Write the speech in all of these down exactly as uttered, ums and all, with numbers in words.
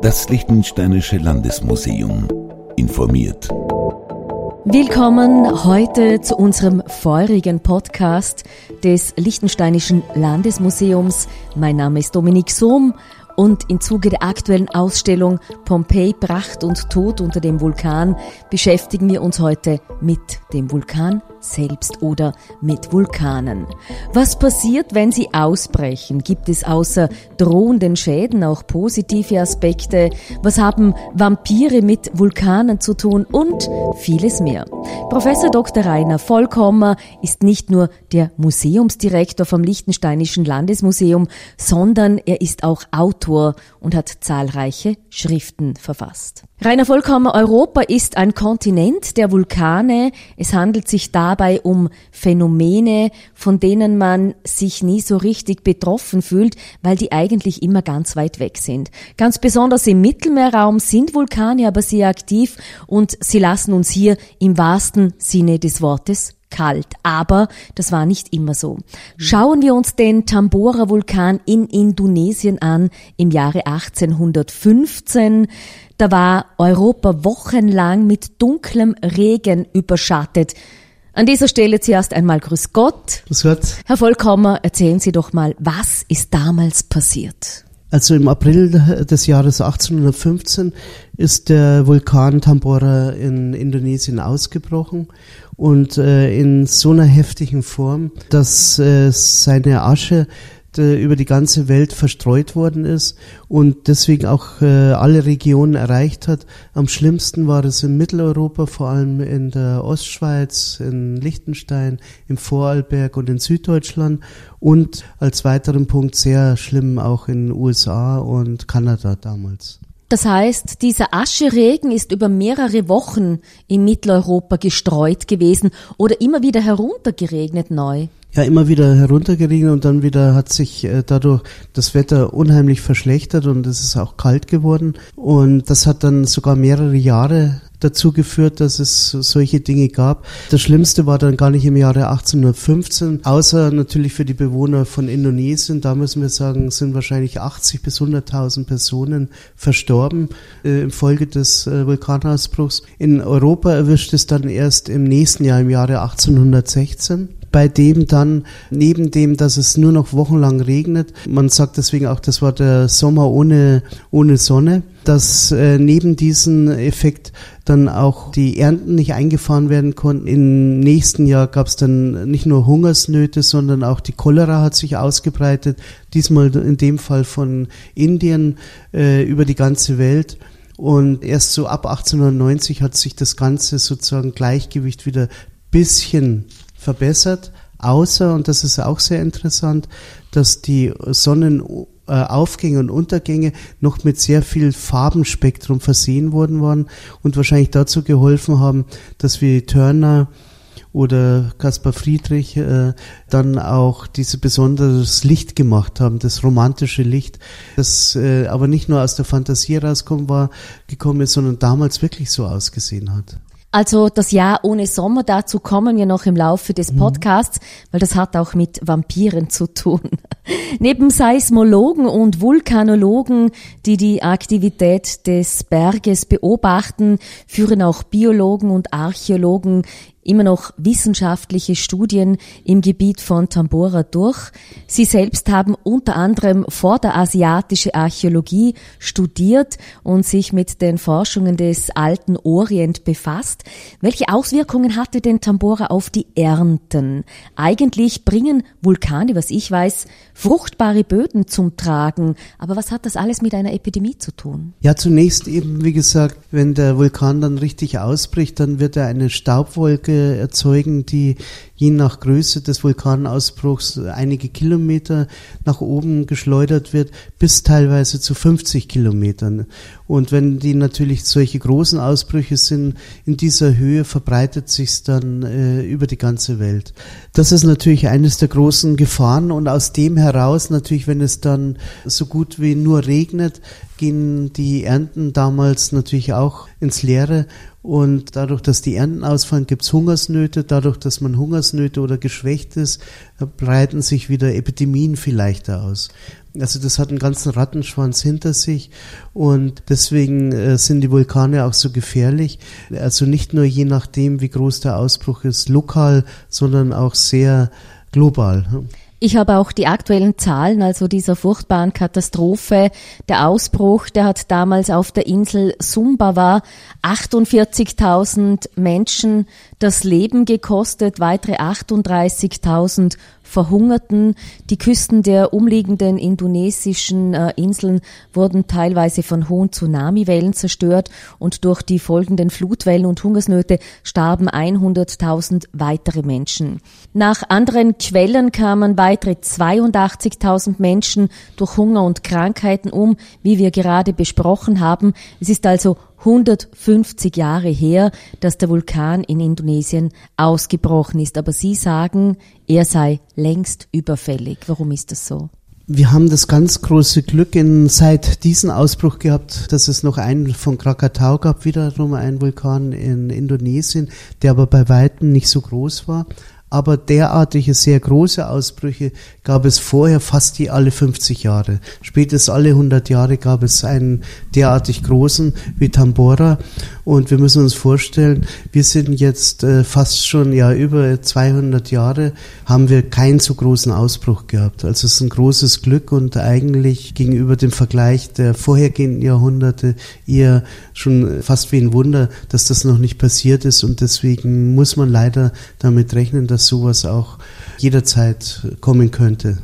Das Liechtensteinische Landesmuseum informiert. Willkommen heute zu unserem feurigen Podcast des Liechtensteinischen Landesmuseums. Mein Name ist Dominique Sohm und im Zuge der aktuellen Ausstellung Pompeji, Pracht und Tod unter dem Vulkan beschäftigen wir uns heute mit dem Vulkan selbst oder mit Vulkanen. Was passiert, wenn sie ausbrechen? Gibt es außer drohenden Schäden auch positive Aspekte? Was haben Vampire mit Vulkanen zu tun? Und vieles mehr. Professor Doktor Rainer Vollkommer ist nicht nur der Museumsdirektor vom Liechtensteinischen Landesmuseum, sondern er ist auch Autor und hat zahlreiche Schriften verfasst. Rainer Vollkommer, Europa ist ein Kontinent der Vulkane. Es handelt sich dabei um Phänomene, von denen man sich nie so richtig betroffen fühlt, weil die eigentlich immer ganz weit weg sind. Ganz besonders im Mittelmeerraum sind Vulkane aber sehr aktiv und sie lassen uns hier im wahrsten Sinne des Wortes kalt. Aber das war nicht immer so. Schauen wir uns den Tambora-Vulkan in Indonesien an im Jahre achtzehnhundertfünfzehn. Da war Europa wochenlang mit dunklem Regen überschattet. An dieser Stelle zuerst einmal Grüß Gott. Grüß Gott. Herr Vollkommer, erzählen Sie doch mal, was ist damals passiert? Also im April des Jahres achtzehnhundertfünfzehn ist der Vulkan Tambora in Indonesien ausgebrochen und äh, in so einer heftigen Form, dass äh, seine Asche über die ganze Welt verstreut worden ist und deswegen auch äh, alle Regionen erreicht hat. Am schlimmsten war es in Mitteleuropa, vor allem in der Ostschweiz, in Liechtenstein, im Vorarlberg und in Süddeutschland und als weiteren Punkt sehr schlimm auch in den U S A und Kanada damals. Das heißt, dieser Ascheregen ist über mehrere Wochen in Mitteleuropa gestreut gewesen oder immer wieder heruntergeregnet neu? Ja, immer wieder heruntergeregnet und dann wieder hat sich äh, dadurch das Wetter unheimlich verschlechtert und es ist auch kalt geworden und das hat dann sogar mehrere Jahre dazu geführt, dass es solche Dinge gab. Das Schlimmste war dann gar nicht im Jahre achtzehnhundertfünfzehn, außer natürlich für die Bewohner von Indonesien. Da müssen wir sagen, sind wahrscheinlich achtzig bis hunderttausend Personen verstorben äh, infolge des äh, Vulkanausbruchs. In Europa erwischt es dann erst im nächsten Jahr, im Jahre achtzehnhundertsechzehn. Bei dem dann, neben dem, dass es nur noch wochenlang regnet, man sagt deswegen auch, das war der Sommer ohne, ohne Sonne, dass äh, neben diesem Effekt dann auch die Ernten nicht eingefahren werden konnten. Im nächsten Jahr gab es dann nicht nur Hungersnöte, sondern auch die Cholera hat sich ausgebreitet, diesmal in dem Fall von Indien äh, über die ganze Welt. Und erst so ab achtzehnhundertneunzig hat sich das ganze sozusagen Gleichgewicht wieder bisschen verbessert, außer, und das ist auch sehr interessant, dass die Sonnenaufgänge und Untergänge noch mit sehr viel Farbenspektrum versehen worden waren und wahrscheinlich dazu geholfen haben, dass wir Turner oder Caspar Friedrich äh, dann auch dieses besonderes Licht gemacht haben, das romantische Licht, das äh, aber nicht nur aus der Fantasie rausgekommen war, gekommen ist, sondern damals wirklich so ausgesehen hat. Also das Jahr ohne Sommer, dazu kommen wir noch im Laufe des Podcasts, weil das hat auch mit Vampiren zu tun. Neben Seismologen und Vulkanologen, die die Aktivität des Berges beobachten, führen auch Biologen und Archäologen immer noch wissenschaftliche Studien im Gebiet von Tambora durch. Sie selbst haben unter anderem vorderasiatische Archäologie studiert und sich mit den Forschungen des alten Orient befasst. Welche Auswirkungen hatte denn Tambora auf die Ernten? Eigentlich bringen Vulkane, was ich weiß, fruchtbare Böden zum Tragen. Aber was hat das alles mit einer Epidemie zu tun? Ja, zunächst eben, wie gesagt, wenn der Vulkan dann richtig ausbricht, dann wird er eine Staubwolke erzeugen, die je nach Größe des Vulkanausbruchs einige Kilometer nach oben geschleudert wird, bis teilweise zu fünfzig Kilometern. Und wenn die natürlich solche großen Ausbrüche sind, in dieser Höhe verbreitet sich's dann äh, über die ganze Welt. Das ist natürlich eines der großen Gefahren und aus dem heraus natürlich, wenn es dann so gut wie nur regnet, gehen die Ernten damals natürlich auch ins Leere. Und dadurch, dass die Ernten ausfallen, gibt's Hungersnöte. Dadurch, dass man Hungersnöte oder geschwächt ist, breiten sich wieder Epidemien vielleicht aus. Also das hat einen ganzen Rattenschwanz hinter sich und deswegen äh, sind die Vulkane auch so gefährlich. Also nicht nur je nachdem, wie groß der Ausbruch ist, lokal, sondern auch sehr global. Ich habe auch die aktuellen Zahlen, also dieser furchtbaren Katastrophe. Der Ausbruch, der hat damals auf der Insel Sumbawa achtundvierzigtausend Menschen das Leben gekostet, weitere achtunddreißigtausend verhungerten. Die Küsten der umliegenden indonesischen äh, Inseln wurden teilweise von hohen Tsunamiwellen zerstört und durch die folgenden Flutwellen und Hungersnöte starben hunderttausend weitere Menschen. Nach anderen Quellen kamen weitere zweiundachtzigtausend Menschen durch Hunger und Krankheiten um, wie wir gerade besprochen haben. Es ist also hundertfünfzig Jahre her, dass der Vulkan in Indonesien ausgebrochen ist. Aber Sie sagen, er sei längst überfällig. Warum ist das so? Wir haben das ganz große Glück in, seit diesem Ausbruch gehabt, dass es noch einen von Krakatau gab, wiederum ein Vulkan in Indonesien, der aber bei Weitem nicht so groß war. Aber derartige sehr große Ausbrüche gab es vorher fast die alle fünfzig Jahre. Spätestens alle hundert Jahre gab es einen derartig großen wie Tambora. Und wir müssen uns vorstellen, wir sind jetzt äh, fast schon ja über zweihundert Jahre, haben wir keinen so großen Ausbruch gehabt. Also es ist ein großes Glück und eigentlich gegenüber dem Vergleich der vorhergehenden Jahrhunderte eher schon fast wie ein Wunder, dass das noch nicht passiert ist. Und deswegen muss man leider damit rechnen, dass sowas auch jederzeit kommen könnte.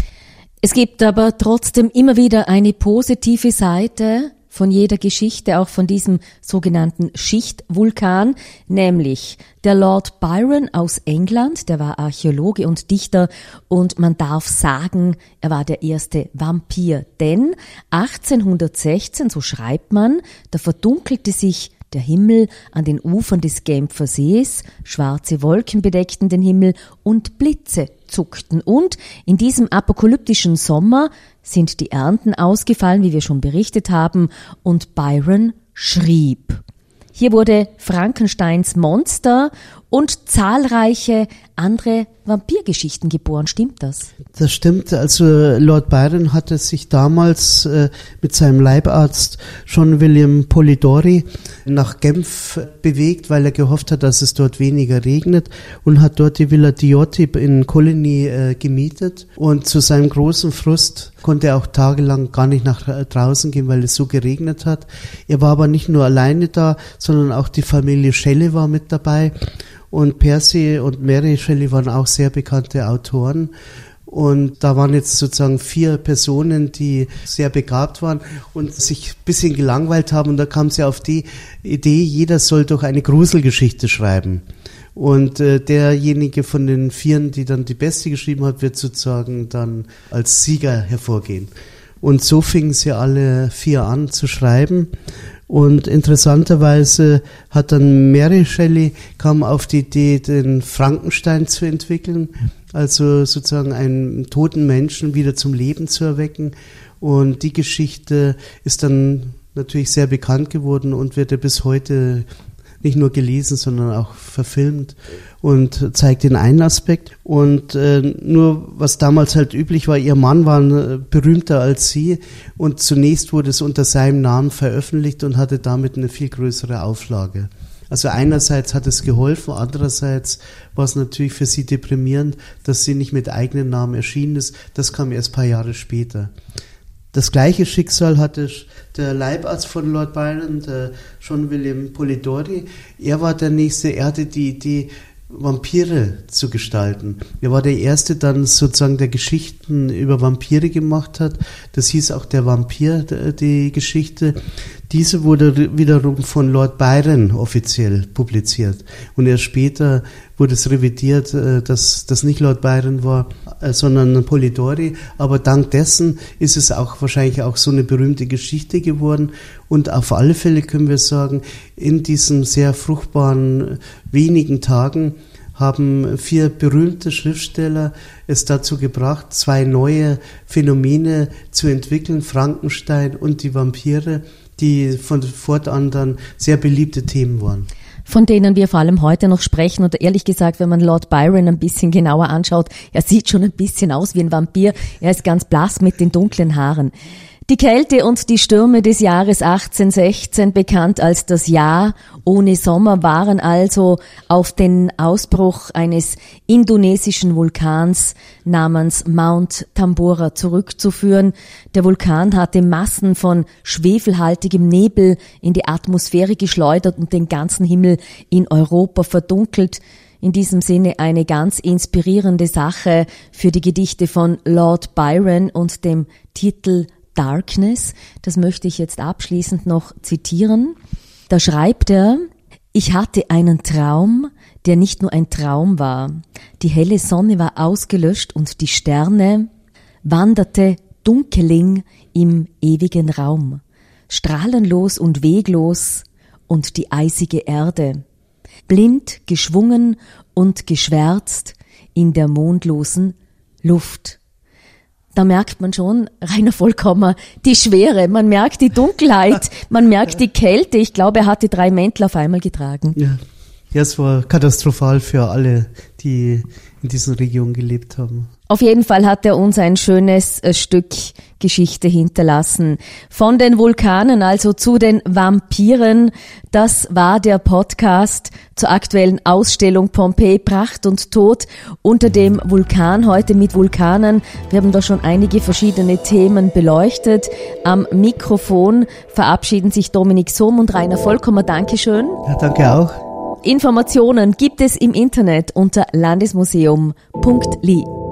Es gibt aber trotzdem immer wieder eine positive Seite von jeder Geschichte, auch von diesem sogenannten Schichtvulkan, nämlich der Lord Byron aus England, der war Archäologe und Dichter und man darf sagen, er war der erste Vampir, denn achtzehnhundertsechzehn, so schreibt man, da verdunkelte sich der Himmel an den Ufern des Genfer Sees, schwarze Wolken bedeckten den Himmel und Blitze zuckten. Und in diesem apokalyptischen Sommer sind die Ernten ausgefallen, wie wir schon berichtet haben, und Byron schrieb. Hier wurde Frankensteins Monster und zahlreiche andere Vampirgeschichten geboren. Stimmt das? Das stimmt. Also Lord Byron hatte sich damals äh, mit seinem Leibarzt John William Polidori nach Genf bewegt, weil er gehofft hat, dass es dort weniger regnet und hat dort die Villa Diotti in Coligny äh, gemietet. Und zu seinem großen Frust konnte er auch tagelang gar nicht nach draußen gehen, weil es so geregnet hat. Er war aber nicht nur alleine da, sondern auch die Familie Shelley war mit dabei. Und Percy und Mary Shelley waren auch sehr bekannte Autoren. Und da waren jetzt sozusagen vier Personen, die sehr begabt waren und sich ein bisschen gelangweilt haben. Und da kam sie auf die Idee, jeder soll doch eine Gruselgeschichte schreiben. Und äh, derjenige von den Vieren, die dann die beste geschrieben hat, wird sozusagen dann als Sieger hervorgehen. Und so fingen sie alle vier an zu schreiben. Und interessanterweise hat dann Mary Shelley kam auf die Idee, den Frankenstein zu entwickeln, also sozusagen einen toten Menschen wieder zum Leben zu erwecken. Und die Geschichte ist dann natürlich sehr bekannt geworden und wird ja bis heute nicht nur gelesen, sondern auch verfilmt und zeigt den einen Aspekt. Und äh, nur, was damals halt üblich war, ihr Mann war äh, berühmter als sie und zunächst wurde es unter seinem Namen veröffentlicht und hatte damit eine viel größere Auflage. Also einerseits hat es geholfen, andererseits war es natürlich für sie deprimierend, dass sie nicht mit eigenen Namen erschienen ist. Das kam erst ein paar Jahre später. Das gleiche Schicksal hatte der Leibarzt von Lord Byron, der John William Polidori. Er war der Nächste, er hatte die Idee, Vampire zu gestalten. Er war der Erste dann sozusagen, der Geschichten über Vampire gemacht hat. Das hieß auch der Vampir, die Geschichte. Diese wurde wiederum von Lord Byron offiziell publiziert. Und erst später wurde es revidiert, dass das nicht Lord Byron war, sondern Polidori. Aber dank dessen ist es auch wahrscheinlich auch so eine berühmte Geschichte geworden. Und auf alle Fälle können wir sagen, in diesen sehr fruchtbaren wenigen Tagen haben vier berühmte Schriftsteller es dazu gebracht, zwei neue Phänomene zu entwickeln, Frankenstein und die Vampire, die von fortan dann sehr beliebte Themen waren. von denen wir vor allem heute noch sprechen. Und ehrlich gesagt, wenn man Lord Byron ein bisschen genauer anschaut, er sieht schon ein bisschen aus wie ein Vampir. Er ist ganz blass mit den dunklen Haaren. Die Kälte und die Stürme des Jahres achtzehnhundertsechzehn, bekannt als das Jahr ohne Sommer, waren also auf den Ausbruch eines indonesischen Vulkans namens Mount Tambora zurückzuführen. Der Vulkan hatte Massen von schwefelhaltigem Nebel in die Atmosphäre geschleudert und den ganzen Himmel in Europa verdunkelt. In diesem Sinne eine ganz inspirierende Sache für die Gedichte von Lord Byron und dem Titel Darkness. Das möchte ich jetzt abschließend noch zitieren. Da schreibt er: Ich hatte einen Traum, der nicht nur ein Traum war. Die helle Sonne war ausgelöscht und die Sterne wanderte dunkeling im ewigen Raum, strahlenlos und weglos, und die eisige Erde, blind, geschwungen und geschwärzt in der mondlosen Luft. Da merkt man schon, Rainer Vollkommer, die Schwere, man merkt die Dunkelheit, man merkt die Kälte. Ich glaube, er hatte drei Mäntel auf einmal getragen. Ja, ja, es war katastrophal für alle, die in dieser Region gelebt haben. Auf jeden Fall hat er uns ein schönes äh, Stück Geschichte hinterlassen. Von den Vulkanen also zu den Vampiren. Das war der Podcast zur aktuellen Ausstellung Pompeji, Pracht und Tod unter dem Vulkan. Heute mit Vulkanen. Wir haben da schon einige verschiedene Themen beleuchtet. Am Mikrofon verabschieden sich Dominik Sohm und Rainer Vollkommer. Dankeschön. Ja, danke auch. Informationen gibt es im Internet unter landesmuseum punkt li.